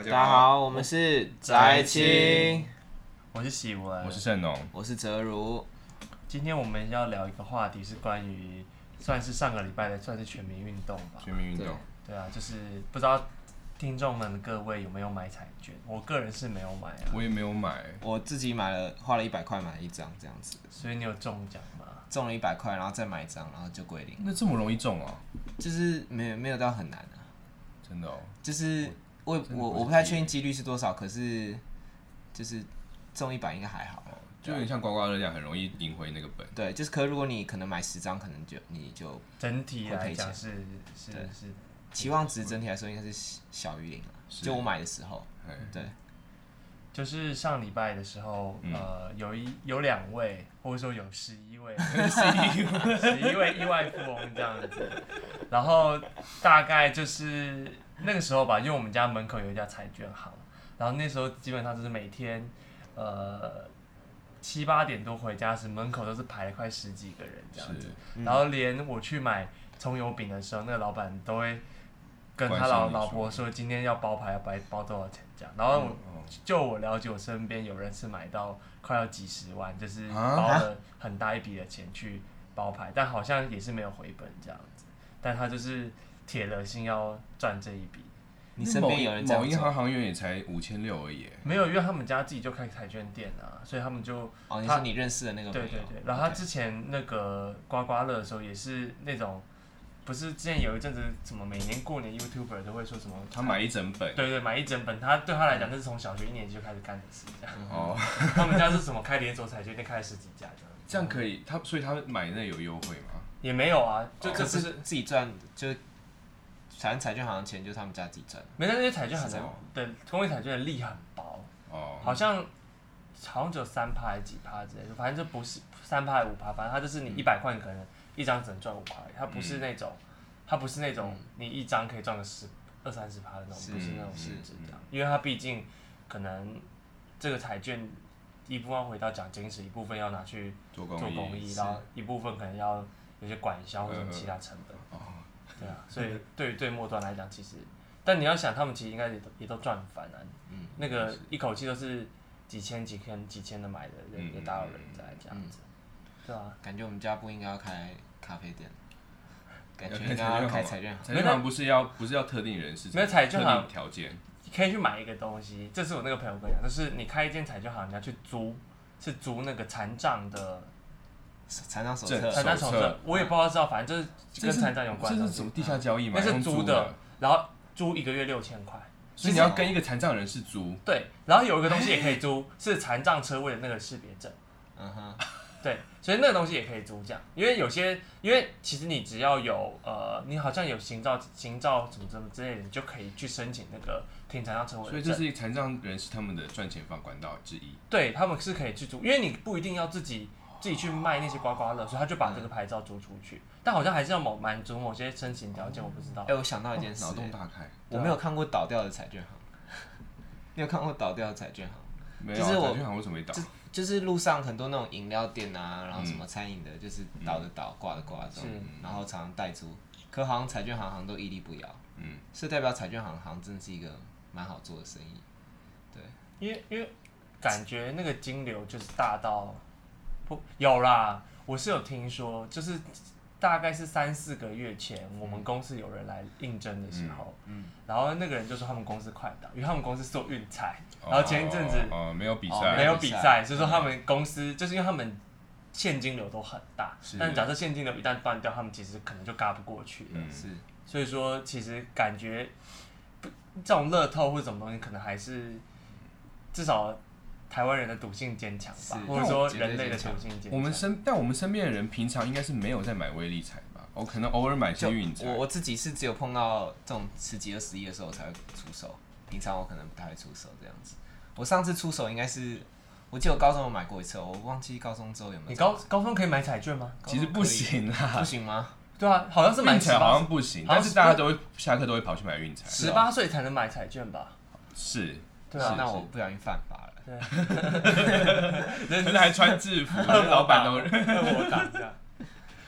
大家好，我们是宅青， 我是喜文， 我是盛农， 我是哲如。 今天我们要聊一个话题，是关于算是上个礼拜的，算是全民运动吧。 全民运动， 对啊，就是不知道听众们各位有没有买彩券？我个人是没有买啊。 我也没有买， 我自己买了，花了100块买了一张这样子。 所以你有中奖吗？ 中了100块，然后再买一张，然后就归零。 那这么容易中哦？ 就是没有到很难啊。 真的哦。 就是我不太确定几率是多少，可是就是中100应该还好。 就有点像刮刮乐这样，很容易赢回那个本。 对，就是可如果你可能买10张，可能你就整体来讲是期望值整体来说应该是小于0了。就我买的时候，对。 就是上礼拜的时候，有2位，或者说有11位，11位亿万富翁这样子。然后大概就是那个时候吧，因为我们家门口有一家彩券行，然后那时候基本上就是每天7、8点多回家时，门口都是排了快10几个人这样子。然后连我去买葱油饼的时候，那个老板都会跟他老婆说今天要包牌，要包多少钱这样。然后就我了解，我身边有人是买到快要几十万，就是包了很大一笔的钱去包牌，但好像也是没有回本这样子。但他就是铁了心要赚这一笔。 你身边有人这样做？ 某银行行员也才5600而已。 没有，因为他们家自己就开彩券店啊，所以他们就你说你认识的那个朋友？ 对。然后他之前那个刮刮乐的时候也是那种。不是之前有一阵子什么每年过年 YouTuber 都会说什么他买一整本， 对，买一整本，对他来讲那是从小学1年级就开始干的事这样。他们家是什么开连锁彩券店开了10几家这样可以，所以他买那有优惠吗？ 也没有啊， 可是自己赚，就反正彩券行的钱就是他们家自己赚。 没，那些彩券行的对公益彩券的利很薄，好像只有3%还是几%之类的，反正就不是3%还是5%，反正它就是你100块可能一张只能赚5块，它不是那种，你一张可以赚个20-30%的那种，不是那种性质这样，因为它毕竟可能这个彩券一部分回到奖金时，一部分要拿去做公益，然后一部分可能要有些管销或者其他成本，对啊，所以对于最末端来讲，其实，但你要想，他们其实应该也都赚翻了，那个一口气都是几千的买的人，也大有人在这样子。对啊， 感觉我们家不应该要开咖啡店，感觉应该要开彩券行。 彩券行不是要特定人士， 没有彩券行特定条件， 可以去买一个东西。这是我那个朋友跟我讲，就是你开一间彩券行，你要去租，是租那个残障的残障手册。 残障手册，我也不知道，反正就是跟残障有关的。 这是什么地下交易吗？ 那是租的，然后租1个月6000块。 所以你要跟一个残障人士租。 对，然后有一个东西也可以租，是残障车位的那个识别证。对，所以那个东西也可以租这样，因为其实你只要有你好像有行照什么之类的，你就可以去申请那个停残障车位的证。 所以这是残障人士他们的赚钱管道之一。 对，他们是可以去租，因为你不一定要自己去卖那些刮刮乐，所以他就把这个牌照租出去。但好像还是要满足某些申请条件，我不知道。 我想到一件事， 脑洞大开。 我没有看过倒掉的彩券行。你有看过倒掉的彩券行？ 没有。彩券行为什么会倒？ 就是路上很多那种饮料店啊，然后什么餐饮的，就是倒的倒，挂的挂这种，然后常常代租。可好像彩券行都屹立不摇，是代表彩券行好像真的是一个蛮好做的生意。对， 因为感觉那个金流就是大到有啦，我是有听说，就是大概是3-4个月前，我们公司有人来应征的时候，然后那个人就说他们公司快倒，因为他们公司做运彩，然后前一阵子没有比赛，所以说他们公司就是因为他们现金流都很大，但假设现金流一旦断掉，他们其实可能就嘎不过去了，所以说其实感觉这种乐透或者什么东西，可能还是至少台湾人的赌性坚强吧，或者说人类的赌性坚强。 但我们身边的人平常应该是没有在买威力彩吧？可能偶尔买些运彩。 我自己是只有碰到这种10几20亿的时候才会出手，平常我可能不太会出手这样子。我上次出手应该是，我记得我高中有买过一次，我忘记高中之后有没有。 你高中可以买彩券吗？ 其实不行啊。 不行吗？ 对啊，好像是买运彩好像不行，但是大家都会下课都会跑去买运彩。 18岁才能买彩券吧？ 是。 对啊， 那我不小心犯法了。 对， 可是还穿制服，老板都我挡一下。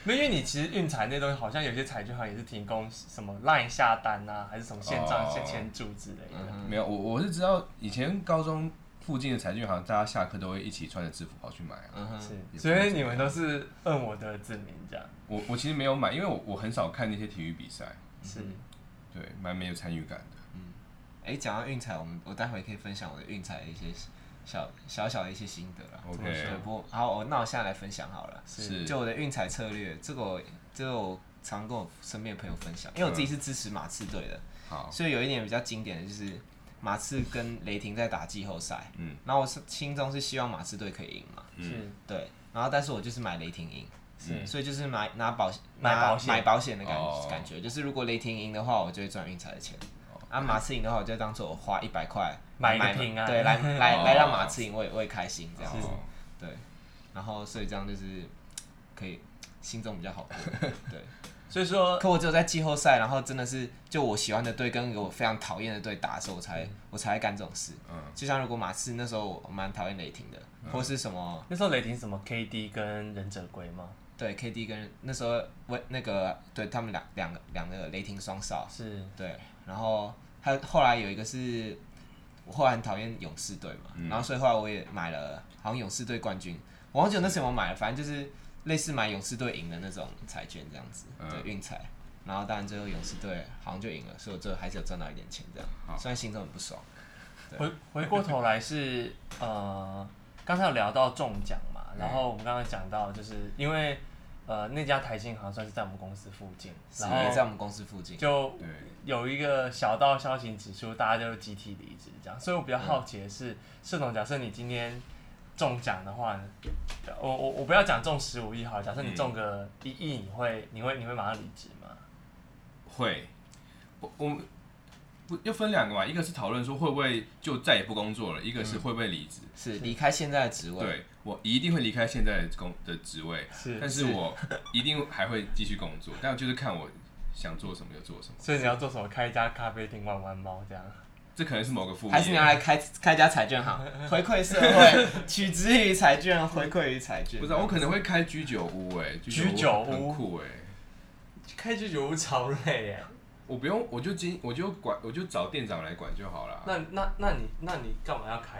没有，因为你其实运彩那东西好像有些彩券行也是提供什么 LINE 下单啊，还是什么线上签注之类的。 没有，我是知道以前高中附近的彩券行，大家下课都会一起穿着制服跑去买啊。 是，所以你们都是摁我的字名这样。 我其实没有买，因为我很少看那些体育比赛。 是， 对，蛮没有参与感的。 讲到运彩，我待会可以分享我的运彩的一些小的一些心得啦。 OK。 对，好，那我现在来分享好了。 是。 就我的运彩策略，这个我常跟我身边的朋友分享，因为我自己是支持马刺队的。好。所以有一点比较经典的就是马刺跟雷霆在打季后赛。然后我心中是希望马刺队可以赢嘛。是。对。然后但是我就是买雷霆赢。所以就是买保险的感觉，就是如果雷霆赢的话，我就会赚运彩的钱。马刺赢的话，我就当做我花100块买一个平安， 对，来让马刺赢，我也开心这样子。对，然后所以这样就是可以心中比较好过。对， 所以说， 可我只有在季后赛，然后真的是就我喜欢的队跟我非常讨厌的队打的时候，我才会干这种事。就像如果马刺那时候我蛮讨厌雷霆的，或是什么那时候雷霆什么 KD 跟忍者龟吗？ 对 ，KD 跟那时候对他们两个雷霆双少是， 对，然后后来有一个是我后来很讨厌勇士队嘛，然后所以后来我也买了好像勇士队冠军，我忘记我那时候有没有买了，反正就是类似买勇士队赢的那种彩券这样子，对，运彩，然后当然最后勇士队好像就赢了，所以我最后还是有赚到一点钱这样，虽然心中很不爽。 回过头来是刚才有聊到中奖嘛，然后我们刚刚讲到就是因为那家台新好像算是在我们公司附近，然后也在我们公司附近， 就有一个小道消息指出，大家就集体离职这样，所以我比较好奇的是，社总，假设你今天中奖的话，我不要讲中15亿好了，假设你中个1亿，你会马上离职吗？ 会，我要分两个嘛，一个是讨论说会不会就再也不工作了，一个是会不会离职， 是离开现在的职位。 对，我一定会离开现在的职位，但是我一定还会继续工作，但就是看我想做什么就做什么。 所以你要做什么？开一家咖啡厅玩玩猫这样？ 这可能是某个副业。 还是你要来开一家彩券行，回馈社会，取之于彩券，回馈于彩券。 不是，我可能会开居酒屋居酒屋很酷开居酒屋超累我不用，我就找店长来管就好了。 那你干嘛要开？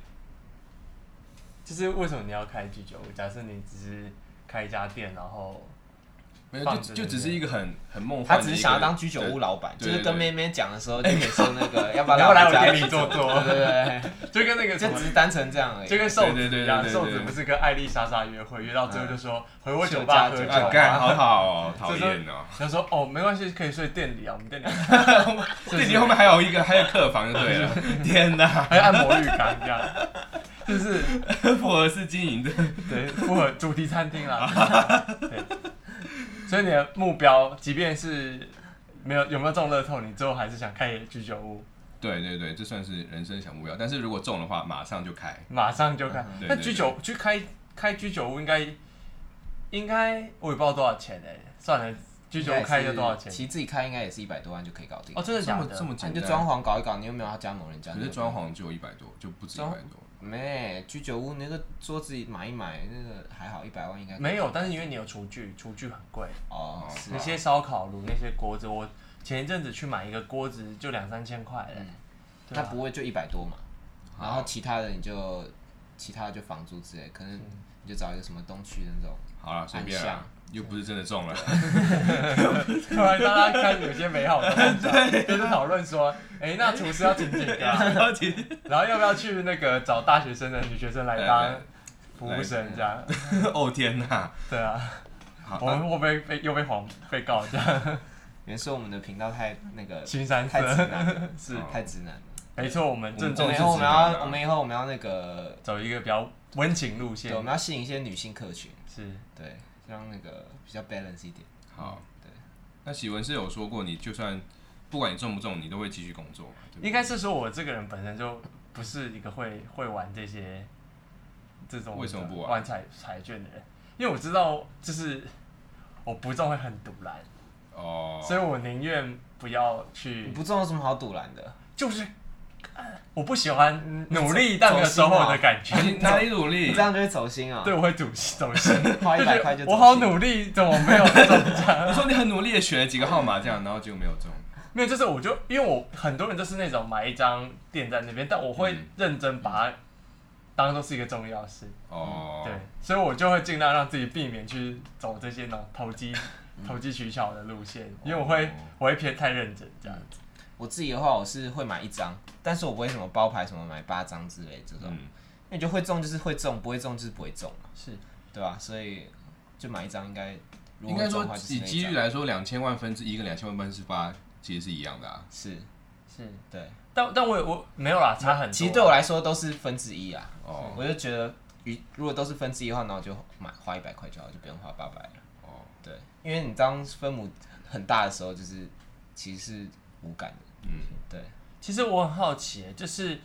就是为什么你要开居酒屋？假设你只是开一家店，然后没有就只是一个很梦幻的。 他只是想要当居酒屋老板，就是跟妹妹讲的时候就可以说那个要不要来我店里坐， 对， 就跟那个就只是单纯这样而已， 就跟瘦子一样，瘦子不是跟艾丽莎莎约会，约到最后就说回我酒吧喝酒， 好好哦，讨厌哦。 他说没关系，可以睡店里啊，我们店里， 店里后面还有客房就对了。天哪， 还有按摩浴缸这样。就是复合式经营的， 对，复合主题餐厅啦。对，所以你的目标，即便是有没有中乐透，你最后还是想开居酒屋。 对，这算是人生小目标。但是如果中的话，马上就开。 那开居酒屋应该我也不知道多少钱算了，居酒屋开就多少钱？ 其实自己开应该也是100多万就可以搞定。 真的假的？ 这么简单？ 你就装潢搞一搞，你又没有要加盟人家。 可是装潢就100多，就不止100多。 没，居酒屋那个桌子买一买，那个还好，100万应该。 没有，但是因为你有厨具很贵。 是那些烧烤炉、那些锅子，我前一阵子去买一个锅子就2-3千块它不会就100多嘛，然后其他的就房租之类，可能你就找一个什么东区的那种。 好了，随便啦，又不是真的中了。 突然大家开始有些美好的梦想，就是讨论说，那厨师要请几个，然后要不要去那个找大学生的女学生来当服务生这样？ 哦天哪！ 对啊，我们会不会又被告这样？ 原说我们的频道太那个新三色， 太直男了，是太直男了。 没错，我们郑重以后我们要那个走一个比较温情路线， 对，我们要吸引一些女性客群， 是对，让那个比较 balance 一点。 好，对。那喜文是有说过，你就算不管你中不中，你都会继续工作嘛？ 应该是说我这个人本身就不是一个会玩这种为什么不玩彩券的人，因为我知道就是我不中会很赌烂。所以我宁愿不要去。 你不中有什么好赌烂的？ 就是我不喜欢努力但没有收获的感觉。 你哪里努力？ 你这样就会走心啊。 对，我会走心， 花100块就走心。 我好努力，怎么没有这种奖？ 你说你很努力的选了几个号码这样，然后结果没有中。 没有，就是因为我很多人都是那种买一张垫在那边，但我会认真把它当做是一个重要事。 哦。 对，所以我就会尽量让自己避免去走这些那种投机取巧的路线，因为我会偏太认真这样子。 我自己的话，我是会买1张，但是我不会什么包牌什么买8张之类这种，因为就会中就是会中，不会中就是不会中嘛， 是， 对吧？所以就买1张应该说以几率来说，2000万分之1跟2000万分之8其实是一样的啊。 是，对。 但我没有啦，差很多。 其实对我来说都是分之1啊。哦。我就觉得，如果都是分之1的话，那我就花100块就好，就不用花800了。哦。对，因为你当分母很大的时候，就是其实是无感的。对。 其实我很好奇，就是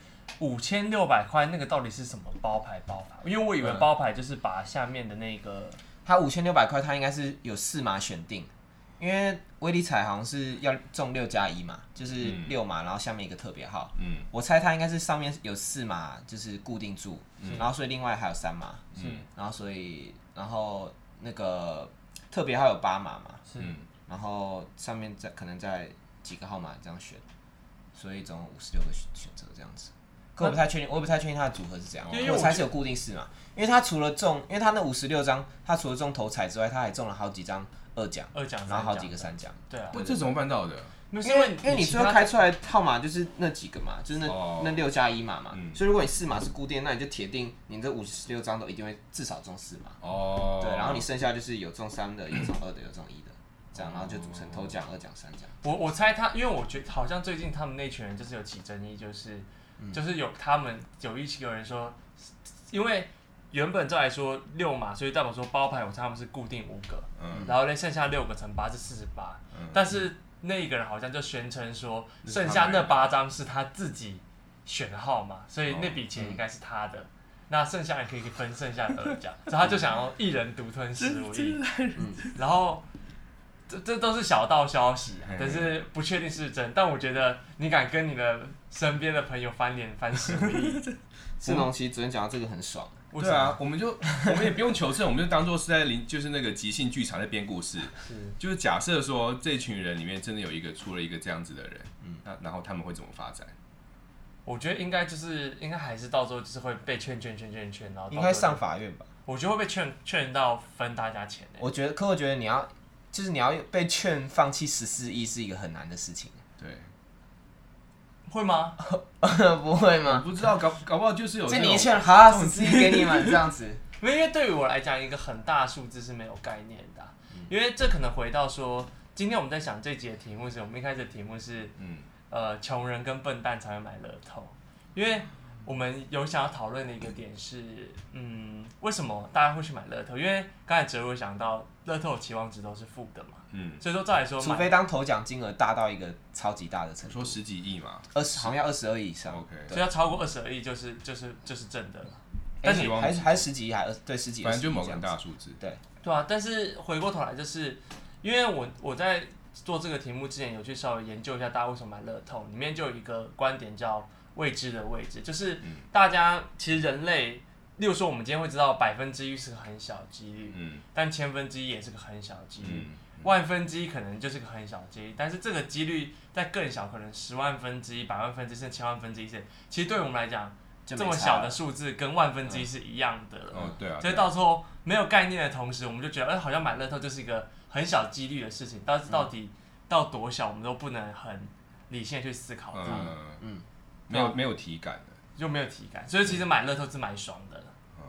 5600块那个到底是什么包牌法？因为我以为包牌就是把下面的那个， 它5600块，它应该是有4码选定，因为威力彩好像是要中6+1嘛，就是6码，然后下面一个特别号。我猜它应该是上面有4码，就是固定住，然后所以另外还有3码，然后那个特别号有8码嘛，然后上面可能再几个号码这样选，所以总共56个选择这样子。可我不太确定，它的组合是怎样。我猜是有固定4码，因为它除了中，因为它那56张，它除了中头彩之外，它还中了好几张2奖，然后好几个3奖。 对啊， 这怎么办到的？ 因为你最后开出来的号码就是那几个嘛，就是那6+1码嘛，所以如果你4码是固定，那你就铁定你这56张都一定会至少中4码。哦。对，然后你剩下就是有中3的，有中2的，有中1的，这样，然后就组成头奖、2奖、3奖。 我猜他，因为我觉得好像最近他们那群人就是有起争议，就是他们有一些人说，因为原本照来说6码，所以代表说包牌我猜他们是固定5个，然后剩下6个乘8是48，但是那一个人好像就宣称说，剩下那8张是他自己选的号码，所以那笔钱应该是他的，那剩下人可以分剩下的2奖，所以他就想要一人独吞15亿，然后。这都是小道消息，但是不确定是不是真。但我觉得你敢跟你的身边的朋友翻脸翻15亿， 志农其实昨天讲到这个很爽。 对啊，我们也不用求证，我们就当做是在就是那个即兴剧场在编故事。就是假设说这群人里面真的有出了一个这样子的人，然后他们会怎么发展？ 我觉得应该还是到时候就是会被劝，然后应该上法院吧？ 我觉得会被劝到分大家钱。 我觉得你要被劝放弃14亿是一个很难的事情。 对， 会吗？ 不会吗？ 我不知道，搞不好就是有这你一劝，好啊，14亿给你们这样子。 因为对于我来讲，一个很大的数字是没有概念的，因为这可能回到说，今天我们在想这集的题目时，我们一开始的题目是，穷人跟笨蛋才会买乐透，因为我们有想要讨论的一个点是，为什么大家会去买乐透？因为刚才哲如想到，乐透的期望值都是负的嘛，所以说照来说， 除非当头奖金额大到一个超级大的程度， 说10几亿嘛好像要22亿以上 ，OK， 所以要超过22亿就是正的了。 但是还是10几亿，对10几亿， 反正就某个很大的数字， 对啊。但是回过头来，就是因为我在做这个题目之前有去稍微研究一下大家为什么买乐透，里面就有一个观点叫未知的位置，就是大家其实人类，例如说我们今天会知道1%是个很小的几率，但1/1000也是个很小的几率，1/1000可能就是个很小的几率，但是这个几率在更小，可能10万分之一、100万分之一甚至1000万分之一，其实对我们来讲，这么小的数字跟1/1000是一样的了。 对啊。 所以到时候没有概念的同时，我们就觉得，好像买乐透就是一个很小几率的事情，但是到底到多小，我们都不能很理性的去思考它。 没有体感的， 就没有体感，所以其实买乐透是蛮爽的。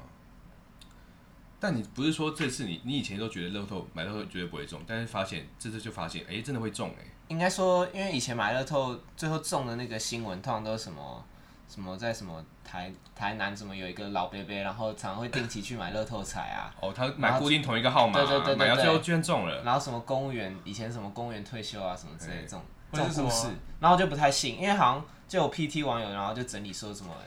但你不是说这次你以前都觉得买乐透绝对不会中，但是这次就发现，真的会中应该说，因为以前买乐透最后中的那个新闻，通常都是什么在什么台南什么有一个老伯伯，然后常常会定期去买乐透彩啊。 他买固定同一个号码， 对， 买到最后居然中了。 然后什么以前什么公务员退休啊什么之类这种故事，然后就不太信，因为好像就有 PT 网友，然后就整理说什么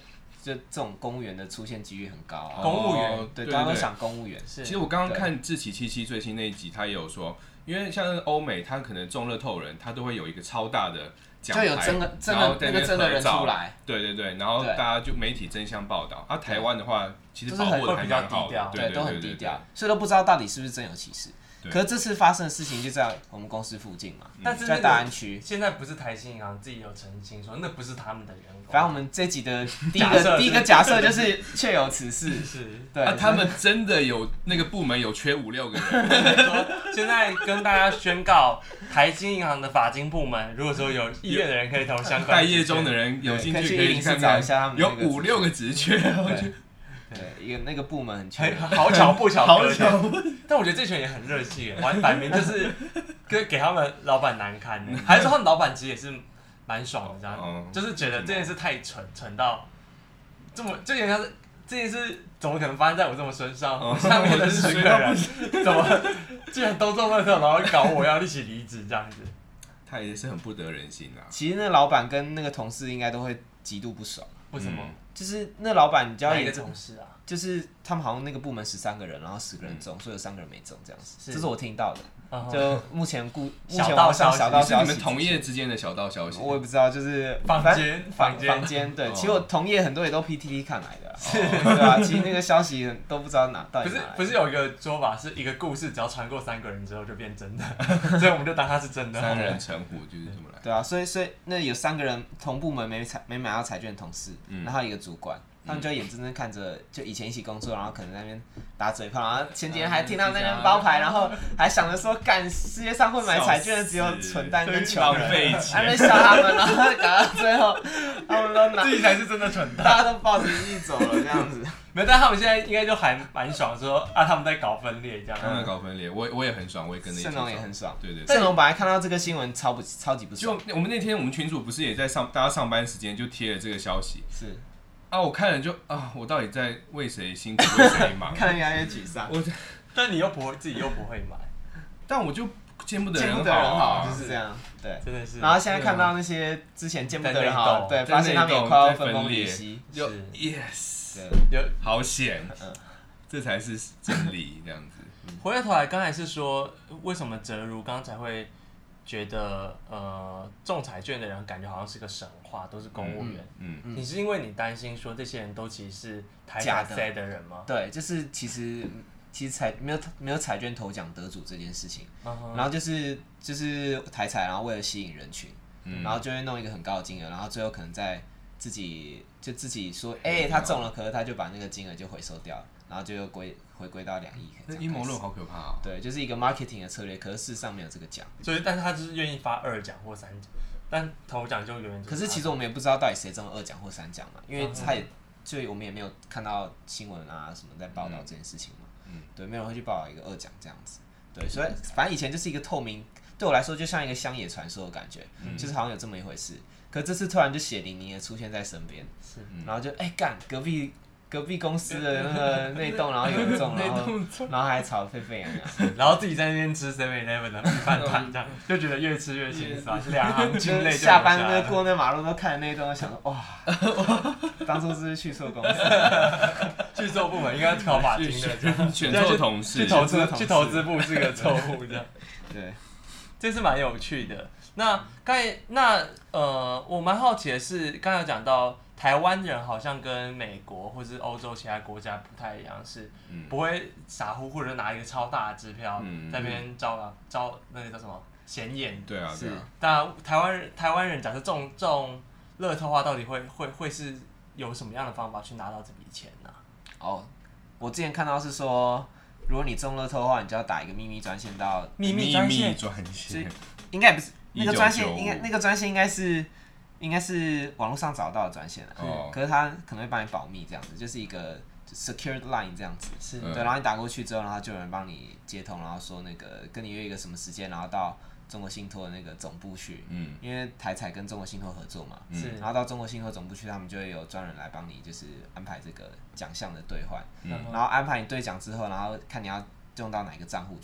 就这种公务员的出现几率很高啊。 公务员， 对，大家都想公务员。 其实我刚刚看志祺七七最新那一集，他也有说，因为像欧美，他可能中乐透人，他都会有一个超大的奖牌， 就有真的人出来。 对，然后大家就媒体争相报道。台湾的话，其实保护的还蛮好的， 对，都很低调，所以都不知道到底是不是真有其事。可是这次发生的事情就在我们公司附近嘛， 但是在大安区。 现在不是台新银行自己有澄清说那不是他们的员工。 反正我们这集的第一个假设就是确有此事。 是， 对。 他们真的有那个部门有缺5-6个人。 现在跟大家宣告，台新银行的法金部门，如果说有意愿的人可以投相关。 待业中的人有兴趣可以去找一下他们。 有5-6个职缺。 对，一个那个部门很缺， 好巧不巧，好巧。但我觉得这群人也很热气，摆明就是给他们老板难堪的，还是说他们老板其实也是蛮爽的，这样，就是觉得这件事太蠢到这么，就有点像是这件事怎么可能发生在我这么身上？下面的10个人怎么居然都中乐透，然后搞我要一起离职这样子？ 他也是很不得人心啊。 其实那个老板跟那个同事应该都会极度不爽。 为什么？ 就是那老板，你知道一个同事啊， 就是他们好像那个部门13个人，然后10个人中，所以有3个人没中这样子。这是我听到的。就目前网上小道消息， 是你们同业之间的小道消息。 我也不知道，就是坊间对。其实我同业很多也都 PTT 看来的，对吧？其实那个消息都不知道到底哪来。 不是有一个说法，是一个故事只要传过3个人之后就变真的，所以我们就当它是真的。 3人成虎就是这么来。 对啊，所以那有3个人同部门没买到彩券的同事，然后一个主管。他们就眼睁睁看着，就以前一起工作，然后可能在那边打嘴炮，然后前几天还听到那边包牌，然后还想着说，干世界上会买彩券的只有蠢蛋跟穷人，还没笑他们，然后搞到最后，他们都自己才是真的蠢蛋， 大家都抱着一走了这样子。 没有，但他们现在应该就还蛮爽，说啊他们在搞分裂这样。 他们搞分裂，我也很爽，我也跟着一起爽。 盛龙也很爽， 对。 盛龙本来看到这个新闻超级不爽。 就我们那天我们群组不是也在大家上班时间就贴了这个消息。 是。 我看了就我到底在为谁辛苦为谁忙？ 看了越来越沮丧。 但你自己又不会买， 但我就见不得人好，就是这样，对， 真的是。 然后现在看到那些之前见不得人好，对，发现他们也快要分崩离析， 就 yes， 好险，这才是真理，这样子。 回过头来，刚才是说为什么哲如刚才会觉得中彩券的人感觉好像是个神话，都是公务员。你是因为你担心说这些人都其实是台彩塞的人吗？ 对，就是其实没有彩券头奖得主这件事情，然后就是台彩，然后为了吸引人群，然后就会弄一个很高的金额，然后最后可能在自己说，他中了，可是他就把那个金额就回收掉了，然后就又回归到2亿。 那阴谋论好可怕哦。 对，就是一个 marketing 的策略，可是事实上没有这个奖。 所以，但是他就是愿意发2奖或3奖，但头奖就永远。 可是其实我们也不知道到底谁中了2奖或3奖嘛，因为所以我们也没有看到新闻啊什么在报道这件事情嘛。对，没有人会去报道一个2奖这样子。对，所以反正以前就是一个透明，对我来说就像一个乡野传说的感觉，就是好像有这么一回事。可这次突然就血淋淋的出现在身边，然后就干隔壁公司的那栋，然后有人中，然后还吵得沸沸扬扬， 然后自己在那边吃 7-11 的米饭团，这样就觉得越吃越心酸，2行清泪就下班过那马路都看着那一栋，想说哇，当初是不是去错公司， 去错部门应该考法庭的， 选错同事， 去投资部是个错误这样， 对， 这是蛮有趣的。那我蛮好奇的是，刚才有讲到台湾人好像跟美国或是欧洲其他国家不太一样，是不会傻乎乎的拿一个超大的支票在那边招那个叫什么显眼。 对啊， 是。但台湾人假设中乐透的话，到底会是有什么样的方法去拿到这笔钱呢？ 我之前看到是说，如果你中乐透的话，你就要打一个秘密专线到秘密专线， 应该也不是那个专线，那个专线应该是网络上找到的专线可是他可能会帮你保密这样子，就是一个 secured line 这样子，对，然后你打过去之后，然后就有人帮你接通，然后说那个跟你约一个什么时间，然后到中国信托的那个总部去，因为台彩跟中国信托合作嘛，然后到中国信托总部去，他们就会有专人来帮你，就是安排这个奖项的兑换，然后安排你兑奖之后，然后看你要用到哪个账户去，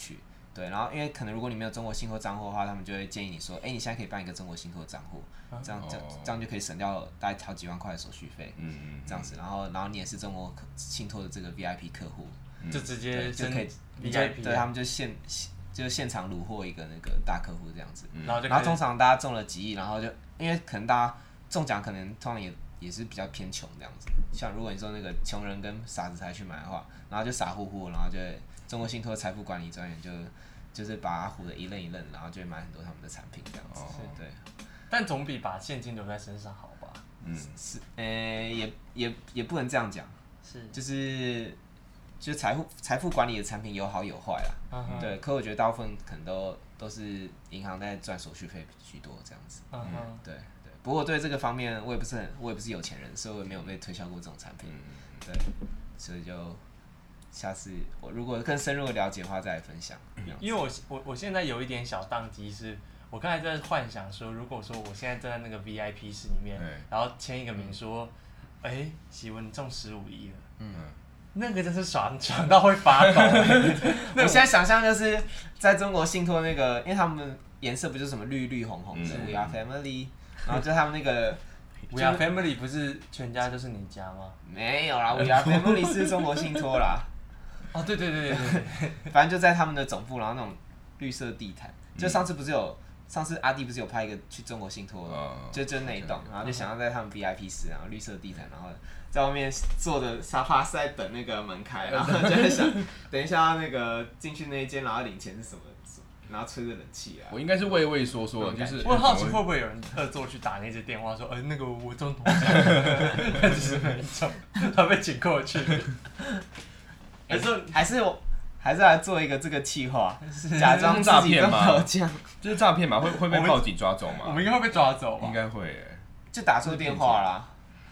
对，然后因为可能如果你没有中国信托账户的话，他们就会建议你说，你现在可以办一个中国信托账户，这样就可以省掉大概好几万块的手续费，这样子，然后你也是中国信托的这个 VIP 客户， 就直接就可以 VIP， 对他们就现场虏获一个那个大客户这样子， 然后通常大家中了几亿，然后就因为可能大家中奖可能通常也是比较偏穷这样子，像如果你说那个穷人跟傻子才去买的话，然后就傻乎乎，然后就中国信托财富管理专员就是把他唬得一愣一愣，然后就会买很多他们的产品这样子，对。 但总比把现金留在身上好吧？ 是，也不能这样讲，就是财富管理的产品有好有坏啦，对。可我觉得大部分可能都是银行在赚手续费居多这样子，对。不过对这个方面，我也不是有钱人，所以我也没有被推销过这种产品，对。所以就下次我如果更深入的了解的话，再来分享。 因为我现在有一点小宕机是。我刚才在幻想说，如果说我现在站在那个 VIP 室里面，然后签一个名说，喜文你中15亿了，那个真是爽到会发抖。 我现在想象就是在中国信托那个，因为他们颜色不就是什么绿绿红红的 We Are Family， 然后就他们那个 We Are Family 不是全家就是你家吗？ 没有啦，We Are Family 是中国信托啦。 哦，对， 反正就在他们的总部，然后那种绿色地毯，就上次阿弟不是有拍一个去中国信托的，就那一栋，然后就想要在他们 VIP 室，然后绿色地毯，然后在外面坐着沙发是在等那个门开，然后就在想等一下那个进去那一间，然后领钱是什么，然后吹着冷气啊。 我应该是畏畏缩缩的，就是我很好奇会不会有人特作去打那支电话说，那个我中头奖，只是没中，他被请过去， 还是来做一个这个企划，假装自己中头奖， 就是诈骗嘛，会被报警抓走吗？ 我们应该会被抓走吧？ 应该会耶， 就打错电话啦。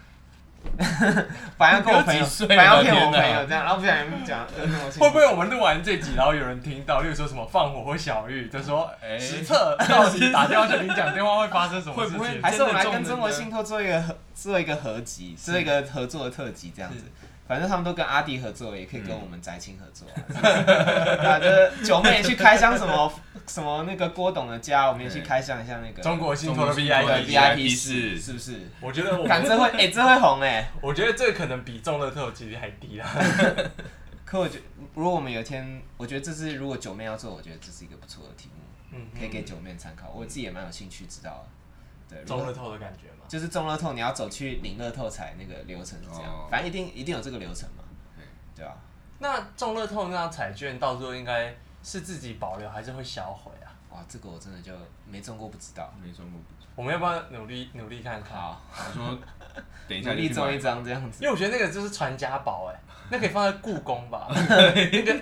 反正跟我朋友，反正要骗我朋友这样，然后不小心讲。 会不会我们录完这集，然后有人听到，例如说什么放火或小玉，就说实测到底打电话去领奖电话会发生什么事情？ 会不会还是我们来跟中国信托做一个合集，做一个合作的特辑这样子？反正他们都跟阿弟合作，也可以跟我们宅青合作。就是九妹去开箱什么那个郭董的家，我们也去开箱一下那个中国信托的 VIP 室，是不是？ 我觉得这会红我觉得这可能比中乐透其实还低啦。 可我觉得，如果我们有一天，我觉得这是如果九妹要做，我觉得这是一个不错的题目，可以给九妹参考。我自己也蛮有兴趣知道的。对， 中乐透的感觉嘛， 就是中乐透，你要走去领乐透彩那个流程是这样，反正一定有这个流程嘛，对啊。 那中乐透那张彩券到最后应该是自己保留还是会销毁啊？ 哇，这个我真的就没中过，不知道。 我们要不要努力看看？ 好， 我说等一下努力中一张这样子。 因为我觉得那个就是传家宝那可以放在故宫吧？那个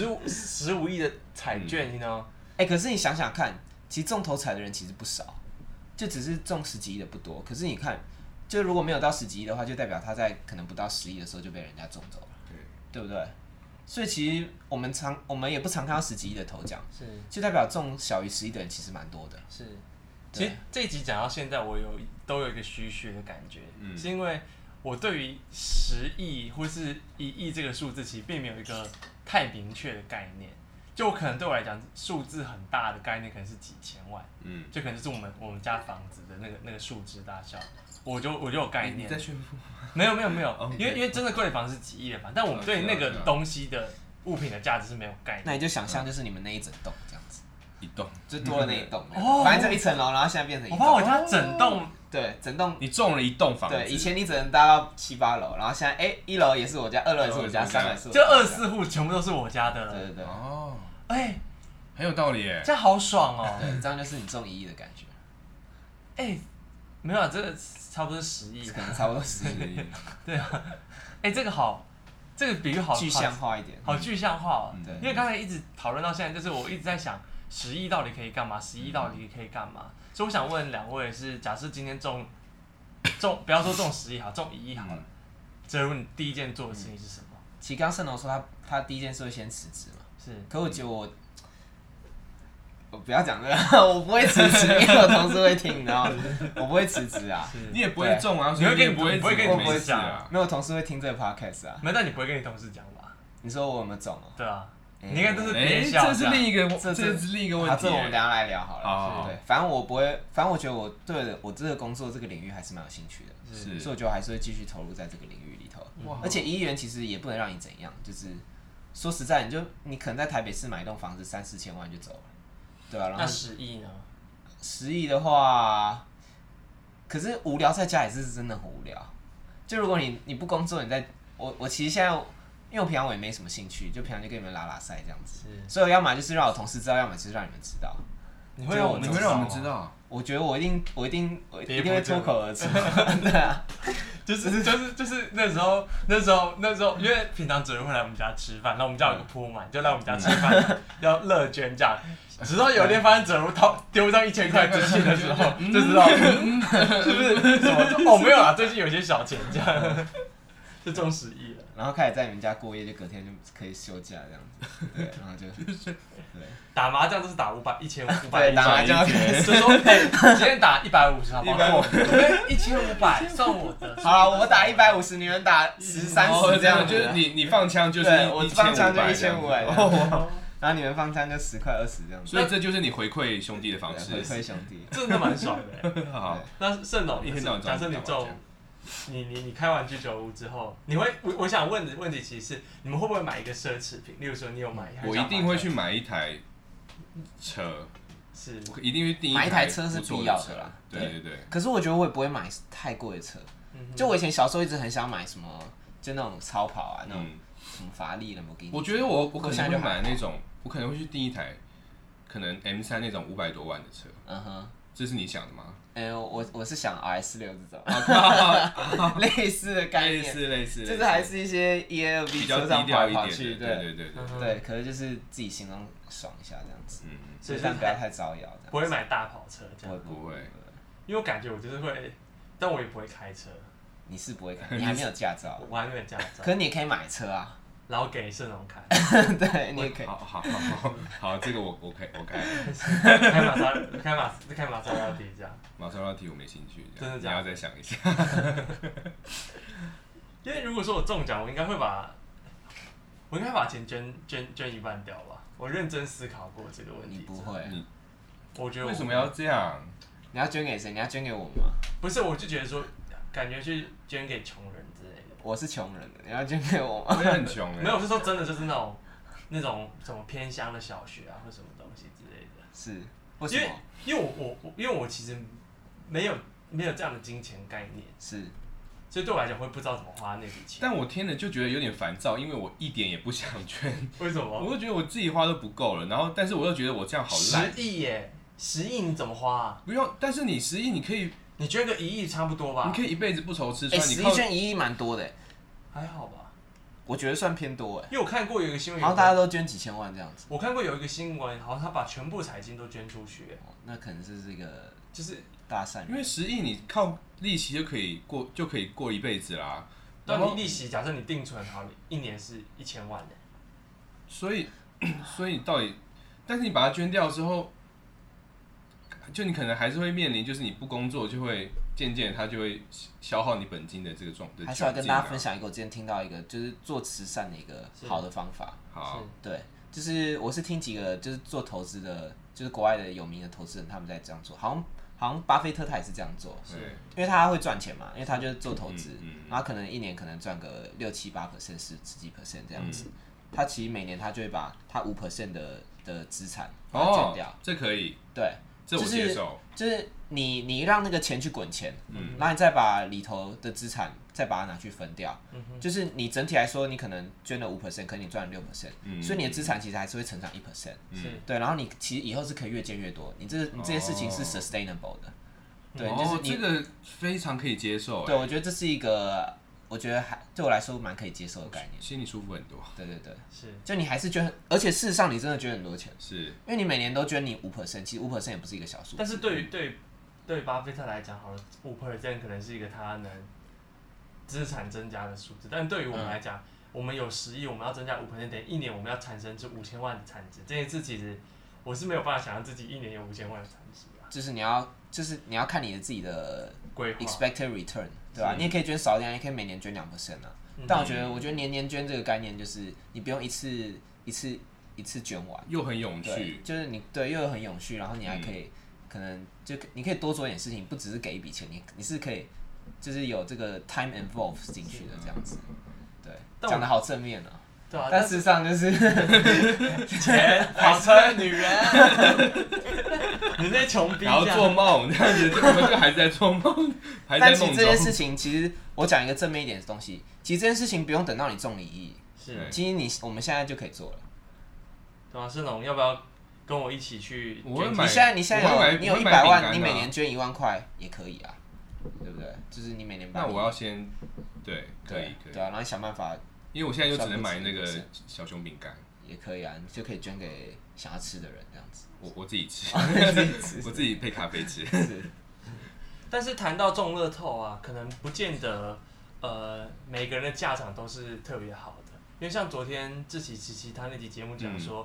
15亿的彩券，你知道吗？ 可是你想想看，其实中头彩的人其实不少。就只是中10几亿的不多，可是你看，就如果没有到10几亿的话，就代表他在可能不到10亿的时候就被人家中走了，对不对？所以其实我们也不常看到10几亿的头奖，就代表中小于10亿的人其实蛮多的。 是，其实这一集讲到现在，我都有一个虚虚的感觉，是因为我对于10亿或是1亿这个数字，其实并没有一个太明确的概念。就可能对我来讲，数字很大的概念可能是几千万，就可能就是我们家房子的那个数值大小，我就有概念。 你在炫富？ 没有，因为真的贵的房是几亿的房，但我们对那个东西的物品的价值是没有概念。 那你就想象就是你们那一整栋这样子， 一栋就多了那一栋，反正就一层楼，然后现在变成一栋。 我把我家整栋， 对，整栋你中了一栋房子。 对，以前你只能搭到7、8楼，然后现在1楼也是我家，2楼也是我家，3楼也是我家， 就24户全部都是我家的了。 对。 哦。很有道理耶， 这样好爽哦！ 对，这样就是你中1亿的感觉。 没有啊，这个差不多是10亿， 可能差不多10亿。 对啊，这个比喻好具象化一点， 好具象化对， 因为刚才一直讨论到现在，就是我一直在想10亿到底可以干嘛，10亿到底可以干嘛？所以我想问2位是，假设今天中，不要说中10亿好，中1亿好了，假如你第一件做的事情是什么？ 其实刚盛龙说他第一件事会先辞职嘛。 是， 可我觉得我不要讲这个，我不会辞职，因为我同事会听，你知道吗？我不会辞职啊， 你也不会中啊， 你也不会跟你讲啊，没有同事会听这个 podcast 啊， 没有，但你不会跟你同事讲吧？ 你说我有没有中啊？ 对啊， 你看这是别笑， 这是另一个问题。 这我们等下来聊好了。对，反正我不会，反正我觉得我对我这个工作这个领域还是蛮有兴趣的，所以我觉得我还是会继续投入在这个领域里头。而且1亿元其实也不能让你怎样，就是说实在，你可能在台北市买一栋房子3、4千万就走了，对啊。然后那10亿呢 ？10亿的话，可是无聊在家也是真的很无聊。就如果你不工作，我其实现在。因为我平常我也没什么兴趣，就平常就跟你们拉赛这样子，所以我要么就是让我同事知道，要么就是让你们知道。 你会让我们知道？ 我觉得我一定会脱口而出。对啊， 就是那时候，因为平常主任会来我们家吃饭，然后我们家有个铺满，就来我们家吃饭，要乐捐这样。直到有一天发现主任丢上1000块机器的时候，就知道是不是什么？没有啦，最近有些小钱这样，就中10亿了。 然后开始在你们家过夜，就隔天就可以休假这样子，对，然后就对打麻将就是打1500， 对，打麻将就说今天打150，好不好？1500算我的。 好了，我打150，你们打10、30这样， 就是你放枪就是我放枪就1500，然后你们放枪就10块20这样子。 所以这就是你回馈兄弟的方式。 回馈兄弟， 真的蛮爽的。好，那盛总，假设你中。你开完居酒屋之后，我想问的问题其实是你们会不会买一个奢侈品？例如说你有买， 我一定会去买一台车， 是， 一定会订买一台车是必要的啦。 对。 可是我觉得我也不会买太贵的车，就我以前小时候一直很想买什么，就那种超跑啊，那种什么法拉利、兰博基尼。 我觉得我可能会买那种，我可能会去订一台，可能 M3那种500多万的车。这是你想的吗？ 我是想 RS6这种，类似的概念， 类似， 就是还是一些 1.2V 车上跑来跑去， 对， 可是就是自己心中爽一下这样子，所以但不要太招摇， 不会买大跑车这样， 不会， 因为我感觉我就是会，但我也不会开车， 你是不会开，你还没有驾照， 我还没有驾照， 可是你也可以买车啊。 然后给盛龙开， 对，你也可以。 好，这个我开。 开玛莎拉蒂这样。 玛莎拉蒂我没兴趣， 真的你要再想一下。 因为如果说我中奖，我应该把钱捐一半掉吧。我认真思考过这个问题。 你不会？ 我觉得为什么要这样？ 你要捐给谁？你要捐给我吗？ 不是，我就觉得说，感觉去捐给穷人之类的。 我是穷人的，你要捐给我吗？ 我也很穷没有，是说真的，就是那种什么偏乡的小学啊，或什么东西之类的。 是，为什么？ 因为我其实没有这样的金钱概念， 是， 所以对我来讲会不知道怎么花那笔钱。 但我听了就觉得有点烦躁，因为我一点也不想捐。 为什么？ 我就觉得我自己花都不够了，然后但是我又觉得我这样好烂。 10亿耶，10亿你怎么花啊？ 不用，但是你10亿你可以。 你捐个1亿差不多吧？ 你可以一辈子不愁吃穿。 10亿捐1亿蛮多的， 还好吧？ 我觉得算偏多因为我看过有一个新闻， 好像大家都捐几千万这样子。 我看过有一个新闻，好像他把全部财金都捐出去。 那可能这是一个就是大善人。 因为10亿你靠利息就可以过一辈子啦。 但你利息，假设你定存好，1年是1000万的。 所以你到底，但是你把它捐掉之后。就你可能还是会面临，就是你不工作就会渐渐它就会消耗你本金的这个状态。 还是要跟大家分享一个，我之前听到一个就是做慈善的一个好的方法。 好， 对，就是我是听几个就是做投资的，就是国外的有名的投资人他们在这样做，好像巴菲特他也是这样做，因为他会赚钱嘛，因为他就是做投资，然后可能1年可能赚个6、7、8%、10几%这样子，他其实每年他就会把他5% 的资产把它捐掉， 这可以， 对。 这我接受， 就是你让那个钱去滚钱，然后你再把里头的资产再把它拿去分掉，就是你整体来说你可能捐了5%，可能你赚了6%，所以你的资产其实还是会成长1%，对，然后你其实以后是可以越建越多，你这些事情是 sustainable 的，对，就是这个非常可以接受， 对，我觉得这是一个。我觉得对我来说蛮可以接受的概念， 心里舒服很多。 对， 是， 就你还是捐，而且事实上你真的捐很多钱， 是， 因为你每年都捐你5%，其实5%也不是一个小数。 但是对巴菲特来讲，好了，5%可能是一个他能资产增加的数字，但对于我们来讲，我们有10亿，我们要增加5%，等于1年我们要产生出5000万的产值，这件事其实我是没有办法想象自己1年有5000万的产值啊。 就是你要看你的自己的规划 expected return。对吧？你也可以捐少一点，也可以每年捐2%啊。但我觉得年年捐这个概念就是你不用一次一次捐完， 又很永续， 就是你又很永续，然后你还可以、可能就你可以多做点事情，不只是给一笔钱，你是可以就是有这个 time involved 进去的这样子，对，讲得好正面啊。 对啊， 但事实上就是钱、跑车、女人，你那穷逼， 然后做梦这样子，我们就还在做梦，还在梦中。 但其实这件事情，其实我讲一个正面一点的东西，其实这件事情不用等到你中1亿，其实我们现在就可以做了。 对啊，盛龙要不要跟我一起去？ 我会买。 你现在有100万，你每年捐1万块也可以啊，对不对？就是你每年那我要先对，可以， 对啊，然后你想办法。 因为我现在就只能买那个小熊饼干， 也可以啊，你就可以捐给想要吃的人这样子。 我自己吃，我自己配咖啡吃。 但是谈到中乐透啊，可能不见得每个人的价场都是特别好的，因为像昨天志祺七七他那集节目讲说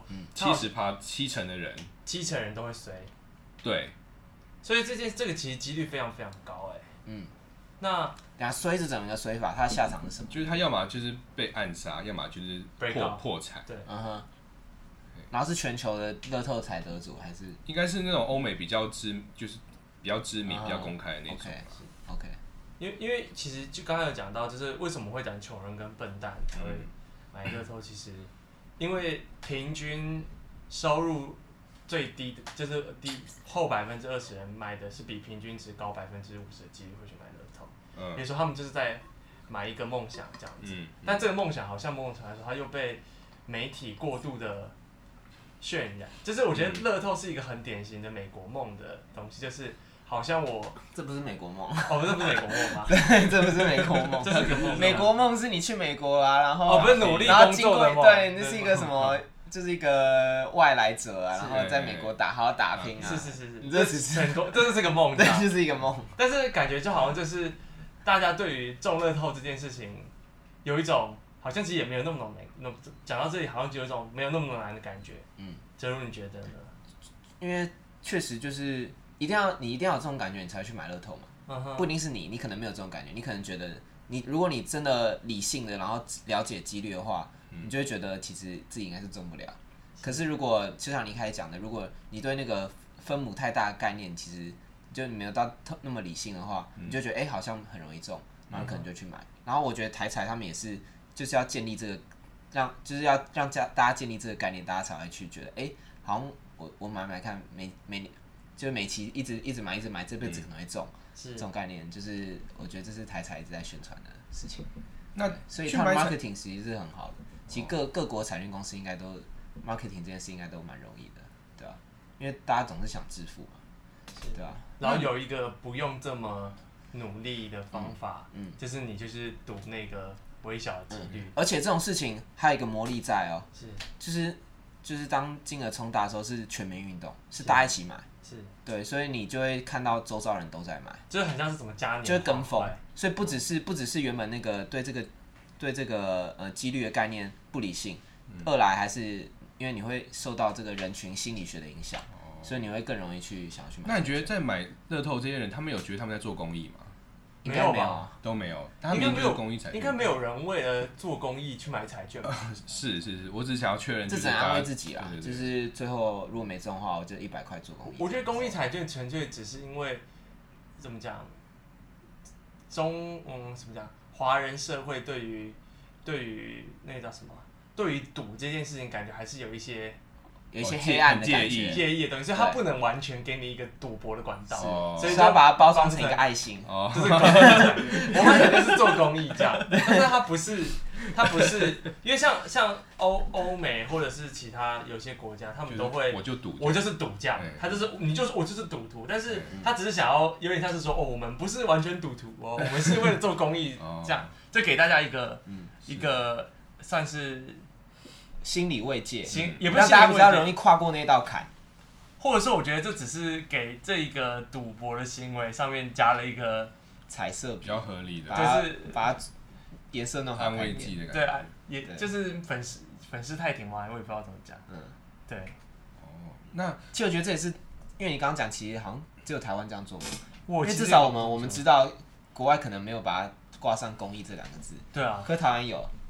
，70%的人 ，7成人都会衰， 对， 所以这个其实几率非常非常高那等下衰是怎么个衰法？他的下场是什么？ 就是他要么就是被暗杀，要么就是破产。 对， 然后是全球的乐透才得主还是？ 应该是那种欧美比较知名、比较公开的那种。 OK。 因为其实就刚才有讲到，就是为什么会讲穷人跟笨蛋才会买乐透，其实因为平均收入最低的，就是后20%人买的是比平均值高50%的几率会去买乐透。比如说他们就是在买一个梦想这样子，但这个梦想好像某种程度来说，它又被媒体过度的渲染。就是我觉得乐透是一个很典型的美国梦的东西，就是好像这不是美国梦这不是美国梦吗？ 对，这不是美国梦， 这是个梦。 美国梦是你去美国啊，然后不是努力工作的梦， 对，那是一个什么？就是一个外来者啊，然后在美国好好打拼啊。 是， 你这只是成功，这是个梦， 对，就是一个梦。 但是感觉就好像就是大家对于中乐透这件事情有一种好像其实也没有那么难，讲到这里好像就有一种没有那么难的感觉。哲如你觉得呢？ 因为确实就是你一定要有这种感觉，你才会去买乐透嘛。不一定是你可能没有这种感觉，你可能觉得如果你真的理性的，然后了解几率的话。你就会觉得其实自己应该是中不了，可是如果就像你开始讲的，如果你对那个分母太大的概念，其实就没有到那么理性的话，你就觉得好像很容易中，然后可能就去买。然后我觉得台彩他们也是就是要建立这个，就是要让大家建立这个概念，大家才会去觉得好像我买看每期一直买，这辈子可能会中，这种概念就是我觉得这是台彩一直在宣传的事情。 那所以他们 marketing 其实是很好的。其实各国彩券公司应该都 marketing 这件事应该都蛮容易的，对吧？因为大家总是想致富嘛，对吧？ 然后有一个不用这么努力的方法，就是你就是赌那个微小的几率。 而且这种事情还有一个魔力在哦，就是当金额冲大的时候是全民运动，是大家一起买，对，所以你就会看到周遭人都在买， 就是很像是怎么嘉年华， 就是跟风，所以不只是原本那个对这个几率的概念不理性，二来还是因为你会受到这个人群心理学的影响，所以你会更容易想要去买。 那你觉得在买乐透这些人，他们有觉得他们在做公益吗？ 应该没有啊， 都没有。他们就是公益彩券， 应该没有人为了做公益去买彩券吧？ 是，我只是想要确认， 这只能安慰自己啦。就是最后如果没中的话，我就100块做公益。 我觉得公益彩券纯粹只是因为怎么讲，怎么讲？华人社会对于那个叫什么？对于赌这件事情，感觉还是有一些黑暗的感觉， 介意的东西，所以它不能完全给你一个赌博的管道，所以要把它包装成一个爱心。 就是我们可能是做公益这样，但是它不是，因为像欧美或者是其他有些国家，他们都会我就是赌这样，他就是我就是赌徒，但是他只是想要有点像是说我们不是完全赌徒我们是为了做公益这样，就给大家一个算是。 心理慰藉， 也不是让大家比较容易跨过那道坎， 或者说，我觉得这只是给这一个赌博的行为上面加了一个彩色比较合理的， 就是把它颜色弄好安慰剂的感觉。 对啊，也就是粉饰太平嘛，我也不知道怎么讲。对。 那其实我觉得这也是因为你刚刚讲，其实好像只有台湾这样做， 因为至少我们知道国外可能没有把它挂上公益这2个字。 对啊。 可台湾有。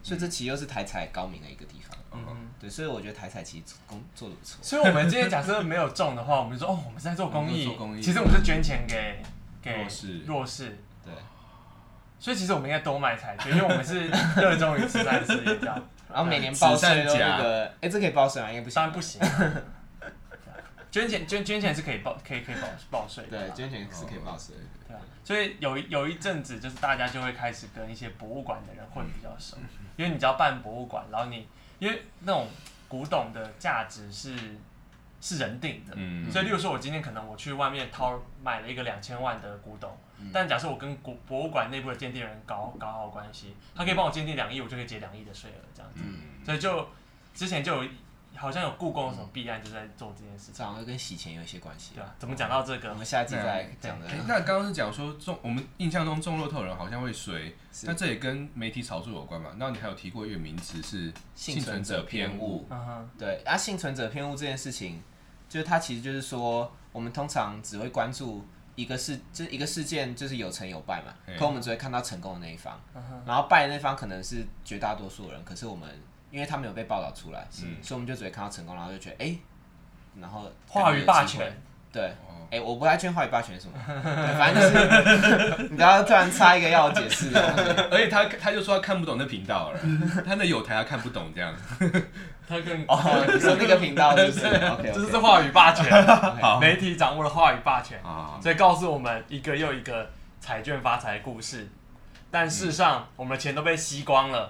所以这其实又是台彩高明的一个地方。对，所以我觉得台彩其实做得不错。 所以我们今天假设没有中的话，我们就说我们是在做公益，其实我们是捐钱给弱势。 对。 所以其实我们应该多买彩券，因为我们是热衷于慈善事业这样。 然后每年报税都那个，这可以报税吗？应该不行。 当然不行。捐钱是可以报税的。 对，捐钱是可以报税的。 对啊，所以有一阵子就是大家就会开始跟一些博物馆的人混比较熟，因为你只要办博物馆，然后因为那种古董的价值是人定的，所以例如说我今天可能我去外面买了一个2000万的古董，但假设我跟博物馆内部的鉴定人搞好关系，他可以帮我鉴定2亿，我就可以结2亿的税额这样子，所以就之前就好像有故宫有什么弊案就在做这件事情， 这好像跟洗钱有一些关系， 对吧？怎么讲到这个？ 我们下一集再讲的。 那刚刚是讲说我们印象中中乐透人好像会衰，那这也跟媒体炒作有关嘛？那你还有提过一个名词是幸存者偏误， 对幸存者偏误这件事情，就是它其实就是说，我们通常只会关注一个事件，就是有成有败嘛，可我们只会看到成功的那一方，然后败的那方可能是绝大多数人，可是我们因为他没有被报道出来，所以我们就只会看到成功，然后就觉得然后话语霸权， 对，我不太确定话语霸权是什么，对，反正就是你不要突然插一个要我解释的， 而且他就说他看不懂那频道了，他那有台他看不懂这样， 他更你说那个频道是不是？ 这是话语霸权，媒体掌握了话语霸权，所以告诉我们一个又一个彩券发财的故事，但事实上我们的钱都被吸光了。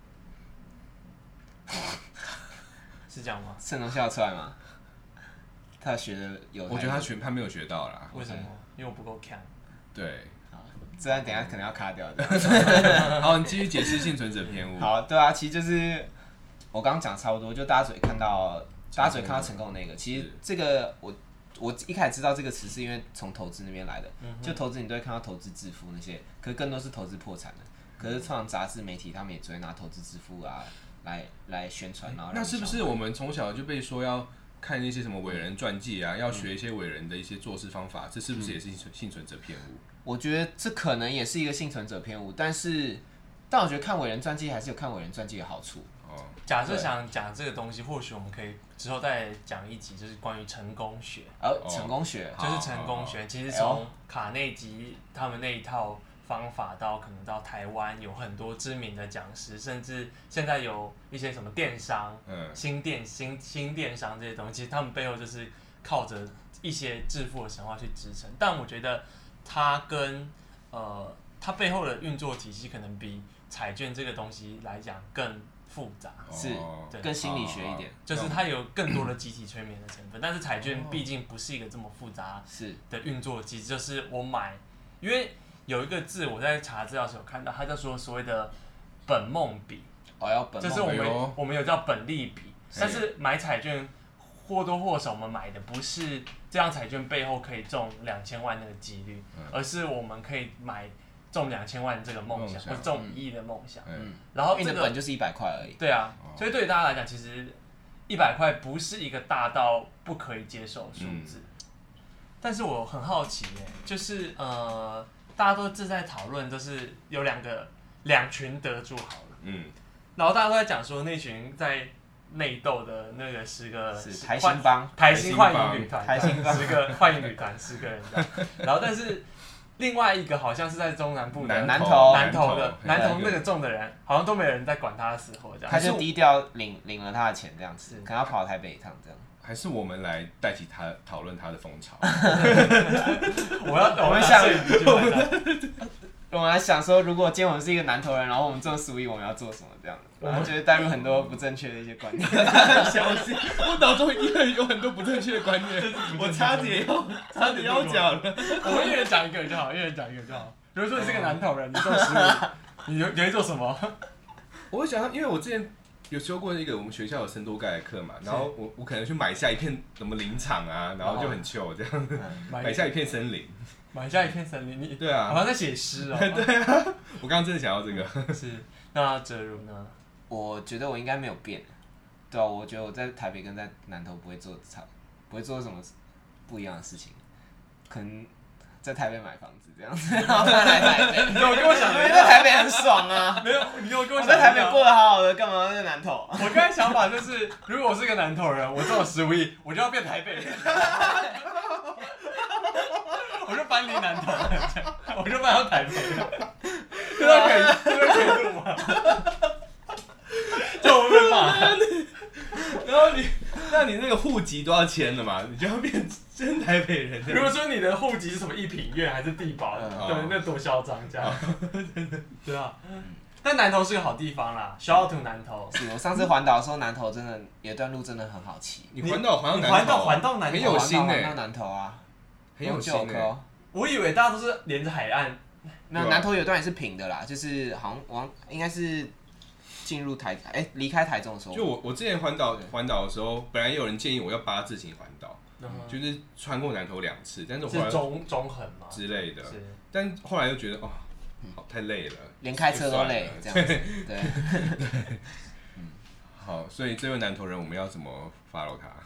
是这样吗？ 圣农笑出来吗？他学的有， 我觉得他没有学到啦。 为什么？因为我不够强。 对， 这样等一下可能要卡掉的。 好，你继续解释幸存者偏误。 好，对啊，其实就是我刚刚讲差不多，就大家只会看到成功的那个。其实这个我一开始知道这个词是因为从投资那边来的，就投资你都会看到投资致富那些，可是更多是投资破产的。可是通常杂志媒体他们也只会拿投资致富啊来宣传，然后那是不是我们从小就被说要看一些什么伟人传记啊，要学一些伟人的一些做事方法，这是不是也是幸存者偏误？ 我觉得这可能也是一个幸存者偏误，但我觉得看伟人传记还是有看伟人传记的好处。 假设想讲这个东西，或许我们可以之后再讲一集，就是关于成功学。 成功学就是成功学，其实从卡内基他们那一套方法到可能到台湾有很多知名的讲师，甚至现在有一些什么电商、新电商这些东西，其实他们背后就是靠着一些致富的神话去支撑。但我觉得它跟它背后的运作体系可能比彩券这个东西来讲更复杂， 是更心理学一点， 就是它有更多的集体催眠的成分。但是彩券毕竟不是一个这么复杂的运作机制，就是我买，因为有一个字我在查资料时有看到，它叫说所谓的本梦比，就是我们有叫本利比，但是买彩券或多或少我们买的不是这张彩券背后可以中2000万那个几率，而是我们可以买中2000万这个梦想，或者中1亿的梦想。然后这个本就是100块而已。 对啊，所以对于大家来讲，其实100块不是一个大到不可以接受的数字。但是我很好奇就是大家都正在讨论，就是有两群得主好了，然后大家都在讲说那群在内斗的那个10个台新幻影女团，10个幻影女团10个人这样，然后但是另外一个好像是在中南部的南投那个中的人，好像都没有人在管他的死活这样， 他就低调领了他的钱这样子，可能要跑台北一趟这样。 还是我们来带起他讨论他的风潮。 我们来想说，如果今天我们是一个南投人，然后我们中10亿，我们要做什么这样？我们觉得带入很多不正确的一些观念。 小心，我脑中一定有很多不正确的观念，我差点要讲了。 我们一人讲一个就好，一人讲一个就好。比如说你是个南投人，你中10亿，你会做什么？ 我会想到，因为我之前有修过一个我们学校有深度盖的课嘛，然后我可能去买下一片什么林场啊，然后就很糗这样，买下一片森林。 买下一片森林， 对啊， 好像在写诗哦。 对啊，我刚刚真的想要这个。 是，那哲如呢？ 我觉得我应该没有变，对啊，我觉得我在台北跟在南投不会做什么不一样的事情，可能在台北买房子这样子，然后搬来台北。 你怎么跟我想的？ 因为在台北很爽啊。 没有，你跟我想的。 我在台北过得好好的，干嘛在南投？ 我刚才想法就是，如果我是个南投人，我中了15亿，我就要变台北人。我就搬离南投了，我就搬到台北了。这可以录吗？就我会被骂。 然后那你那个户籍都要迁了嘛？你就要变真台北人。 如果说你的户籍是什么一品院还是地保，对，那多嚣张这样。对啊。但南投是个好地方啦 ，shout out to 南投。 是我上次环岛的时候，南投真的有一段路真的很好骑。 你环到南投， 环到南投， 很有心环到南投啊， 很有心欸。 我以为大家都是连着海岸。 没有，南投有段也是平的啦，就是好像应该是进入离开台中的时候。 就我之前环岛的时候，本来有人建议我要8字形环岛，就是穿过南投2次，但是我后来是中横嘛之类的，但后来又觉得哦，太累了， 连开车都累，这样子。对。 好，所以这位南投人，我们要怎么 follow 他？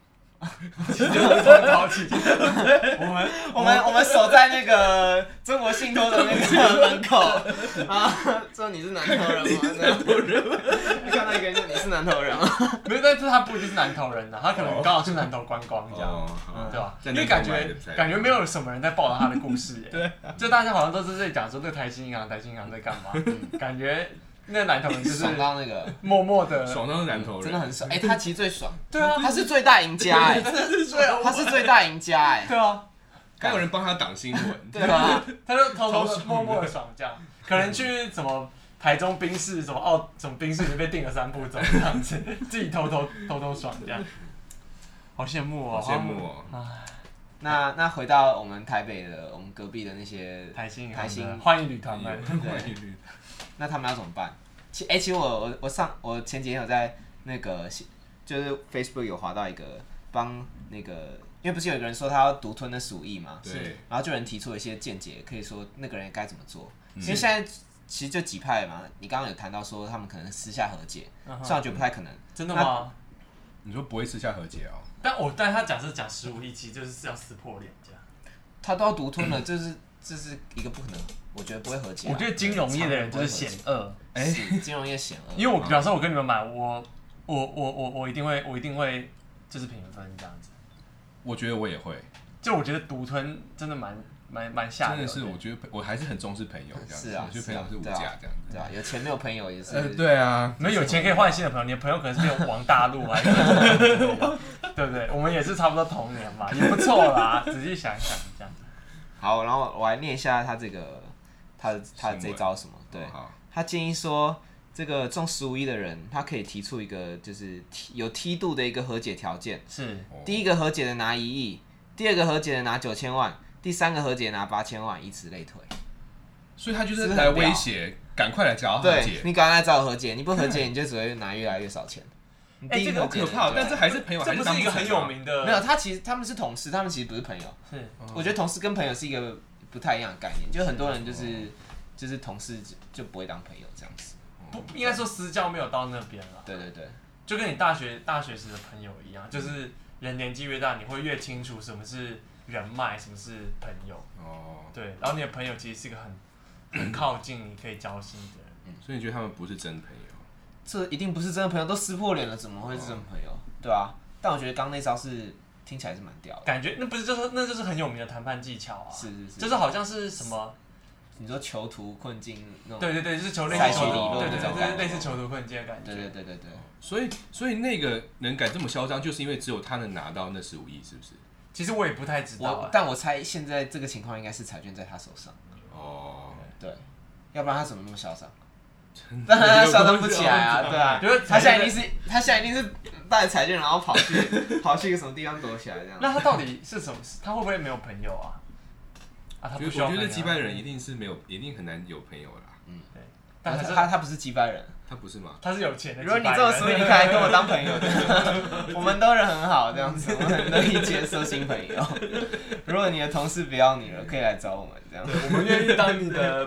我们守在那个中国信托的那个门口啊，说你是南投人吗？南投人，你看到一个人说你是南投人吗？ 没有，但是他不一定是南投人呐，他可能刚好去南投观光这样，对吧？因为感觉没有什么人在报道他的故事，对，就大家好像都是在讲说这个台新银行在干嘛，感觉。那南投人就是爽到那个默默的爽到南投人， 真的很爽。他其实最爽， 对啊， 他是最大赢家他是最大赢家对啊， 刚有人帮他挡新闻， 对啊，他就偷偷的默默的爽这样，可能去什么台中宾士什么宾士里面被订了3步走这样子，自己偷偷爽这样，好羡慕哦， 好羡慕哦。 那回到我们台北的，我们隔壁的那些台新欢迎旅团们， 那他们要怎么办？其实我前几天有在那个就是 Facebook 有滑到一个帮那个，因为不是有一个人说他要独吞那15亿嘛， 对， 然后就有人提出了一些见解，可以说那个人该怎么做。因为现在其实就几派嘛，你刚刚有谈到说他们可能私下和解，虽然我觉得不太可能。 真的吗？ 你说不会私下和解哦？ 但他假设讲15亿，其实就是要撕破脸这样。 他都要独吞了，这是一个不可能，我觉得不会和解。 我觉得金融业的人就是险恶， 金融业险恶。 因为我假设我跟你们买，我一定会就是平分这样子。 我觉得我也会， 就我觉得独吞真的蛮吓人的。 真的是，我觉得我还是很重视朋友这样子。是啊，我觉得朋友是无价这样子。 对啊，有钱没有朋友也是。 对啊， 没有钱可以换新的朋友，你的朋友可能是没有往大陆啊，对不对？我们也是差不多同年嘛，也不错啦。仔细想一想这样。 好，然后我来念一下他这这招什么？对，他建议说，这个中15亿的人，他可以提出一个就是有梯度的一个和解条件。 是， 第一个和解的拿1亿，第二个和解的拿9000万，第三个和解拿8000万，以此类推。 所以他就是来威胁，赶快来找和解。 对，你赶快来找我和解，你不和解，你就只会拿越来越少钱。 这个好可怕，但这还是朋友， 这不是一个很有名的。 没有，他们是同事，他们其实不是朋友。是，我觉得同事跟朋友是一个不太一样的概念，就很多人就是同事就不会当朋友这样子。 不应该说私交没有到那边啦。 对对对， 就跟你大学时的朋友一样，就是人年纪越大，你会越清楚什么是人脉，什么是朋友。哦。对，然后你的朋友其实是一个很靠近，你可以交心的人。 所以你觉得他们不是真朋友？ 这一定不是真的朋友，都撕破脸了，怎么会是真朋友？对啊，但我觉得刚那招是听起来是蛮屌的， 感觉那就是很有名的谈判技巧啊。 是， 就是好像是什么？ 你说囚徒困境那种？ 对，就是赛局理论那种感觉， 类似囚徒困境的感觉。 对。 所以那个人敢这么嚣张，就是因为只有他能拿到那15亿，是不是？ 其实我也不太知道， 但我猜现在这个情况应该是彩券在他手上。哦，对，要不然他怎么那么嚣张？但他嚣张不起来啊，对啊，他现在一定是带着彩券，然后跑去一个什么地方躲起来这样。 那他到底是什么？他会不会没有朋友啊？ 我觉得击败人一定是没有，一定很难有朋友啦。 嗯，对。但是他不是击败人， 他不是吗？ 他是有钱的。 如果你这么说，你可以来跟我当朋友的，我们都人很好，这样子，我们很乐意接受新朋友。如果你的同事不要你了，可以来找我们这样。 我们愿意当你的。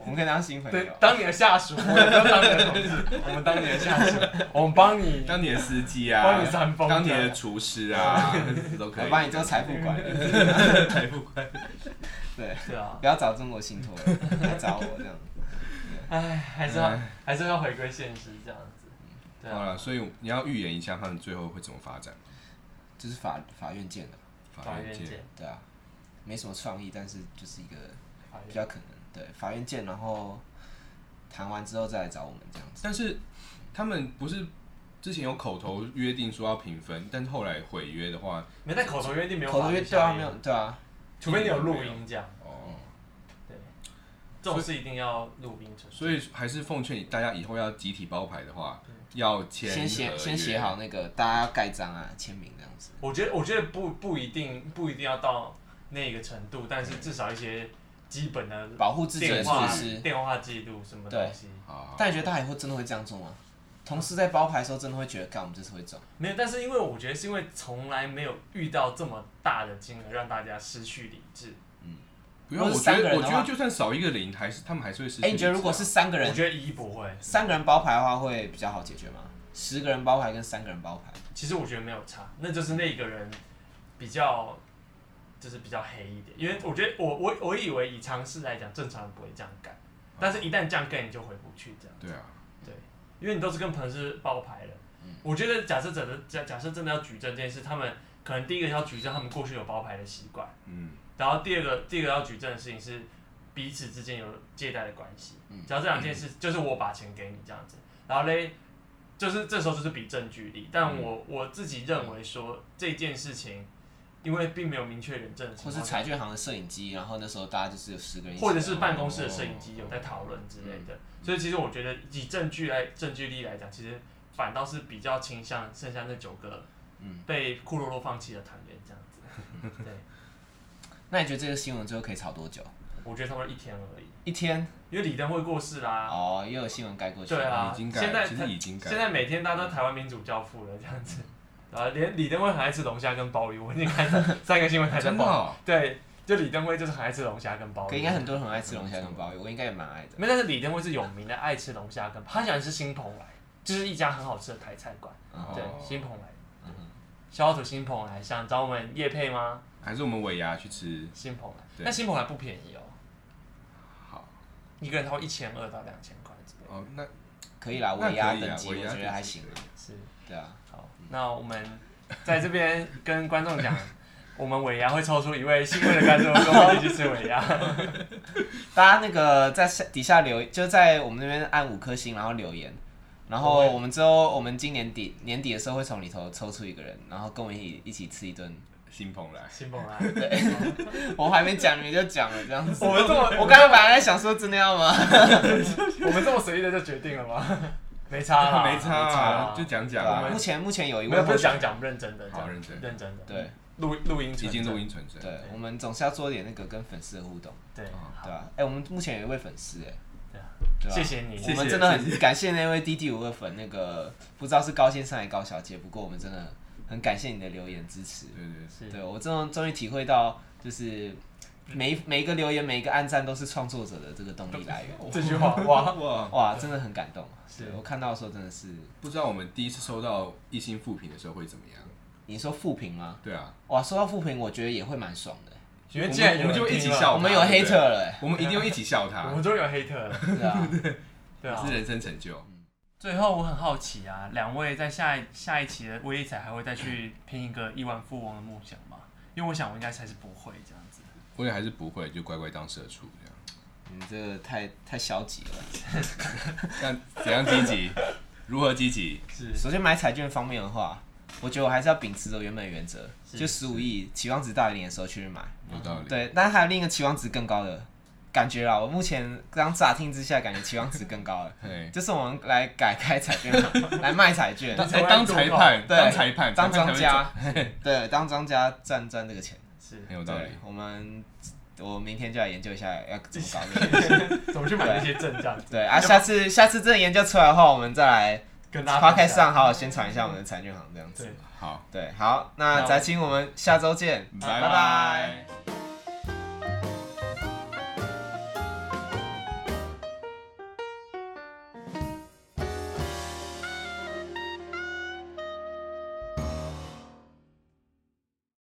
们可以当新朋友。 对，当你的下属，我们不要当你的同事，我们当你的下属，我们帮你当你的司机啊， 帮你扇风， 当你的厨师啊，都可以。 我帮你做财富管理。 财富管理。 对啊， 不要找中国信托了，来找我这样。 唉，还是要回归现实这样子。对好了，所以你要预言一下他们最后会怎么发展？ 就是法院见的。 法院见。 对啊，没什么创意，但是就是一个比较可能。对，法院见，然后谈完之后再来找我们这样子。 但是他们不是之前有口头约定说要平分，但是后来毁约的话， 没在口头约定没有口头约对啊没有对啊， 除非你有录音这样。 哦， 对，这种事一定要录音存。 所以还是奉劝大家以后要集体包牌的话，要先写好那个大家要盖章啊签名这样子。 我觉得不一定要到那个程度，但是至少一些基本的保护自己的措施， 电话记录什么东西。 但你觉得大家以后真的会这样做吗？同事在包牌的时候真的会觉得，干我们这次会中？ 没有，但是因为我觉得是因为从来没有遇到这么大的金额让大家失去理智。 不用，我觉得就算少一个零，他们还是会失去理智。 你觉得如果是3个人， 我觉得1不会。 3个人包牌的话会比较好解决吗？10个人包牌跟3个人包牌， 其实我觉得没有差，那就是那个人比较黑一点，因为我觉得我以为以常识来讲，正常人不会这样干，但是一旦这样干，你就回不去这样。 对啊， 对，因为你都是跟同事包牌了。我觉得假设真的要举证这件事，他们可能第一个要举证他们过去有包牌的习惯，然后第二个要举证的事情是彼此之间有借贷的关系，只要这2件事，就是我把钱给你这样子，然后嘞，就是这时候就是比证据力，但我自己认为说这件事情。因为并没有明确人证， 或是彩券行的摄影机，然后那时候大家就是有10个人， 或者是办公室的摄影机有在讨论之类的，所以其实我觉得以证据力来讲，其实反倒是比较倾向剩下那9个被库洛洛放弃的团员这样子。对， 那你觉得这个新闻最后可以炒多久？ 我觉得差不多1天而已。 1天？ 因为李登辉过世啦。 哦，也有新闻盖过去。 对啊， 其实已经盖。 现在每天大家都台湾民主教父了这样子。连李登辉很爱吃龙虾跟鲍鱼，我已经看到3个新闻台在报。对，就李登辉就是很爱吃龙虾跟鲍鱼。 应该很多人很爱吃龙虾跟鲍鱼，我应该也蛮爱的。 没，但是李登辉是有名的爱吃龙虾跟，他喜欢吃新蓬莱，就是一家很好吃的台菜馆。对，新蓬莱。小土新蓬莱，想找我们业配吗？ 还是我们尾牙去吃新蓬莱？但新蓬莱不便宜哦。 好， 一个人掏1200到2000块之类的。 哦，那可以啦，尾牙等级我觉得还行。 是， 对啊。 好，那我们在这边跟观众讲，我们尾牙会抽出1位幸运的观众，跟我们一起去吃尾牙。 大家那个在底下留，就在我们那边按5颗星，然后留言。然后我们之后，我们今年底的时候会从里头抽出1个人，然后跟我们一起吃一顿新蓬莱。 新蓬莱。 对，我还没讲，你们就讲了这样子。我刚刚本来在想说，真的要吗？ 我们这么随意的就决定了吗？没差啦， 没差，就讲讲。 目前有一位， 没有不是讲认真的， 好认真的。 对， 录音已经录音存证。 对，我们总是要做点那个跟粉丝的互动。 对， 对吧？我们目前有一位粉丝谢谢你， 我们真的很感谢那位DD5的粉，那个不知道是高先生还是高小姐，不过我们真的很感谢你的留言支持。对，我终于体会到，就是每一个留言、每一个按赞都是创作者的这个动力来源。 这句话， 哇，真的很感动。我看到的时候真的是不知道我们第一次收到1星负评的时候会怎么样。 你说负评吗？ 对啊。 哇，收到负评，我觉得也会蛮爽的。 因为既然我们就一起笑， 我们有 hater 了， 我们一定会一起笑他。 我们终于有 hater 了， 对啊，是人生成就。 最后我很好奇啊，2位在下一期的威力彩还会再去拼一个亿万富翁的梦想吗？因为我想我应该还是不会这样子。 我也还是不会，就乖乖当社畜这样。 你这个太消极了。 怎样积极？如何积极？ 首先买彩券方面的话，我觉得我还是要秉持着原本的原则，就15亿期望值大于0的时候去买。 有道理。 对，但是还有另一个期望值更高的感觉啦。我目前刚乍听之下，感觉期望值更高了。就是我们来改开彩券行，来卖彩券， 当裁判，当裁判， 当庄家，对，当庄家赚这个钱， 是很有道理。 我明天就来研究一下要怎么搞这个， 怎么去买那些证这样子。 对啊，下次真的研究出来的话，我们再来跟大家 podcast 上好好宣传一下我们的彩券行这样子。 好， 对，好，那翟青，我们下周见， 拜拜。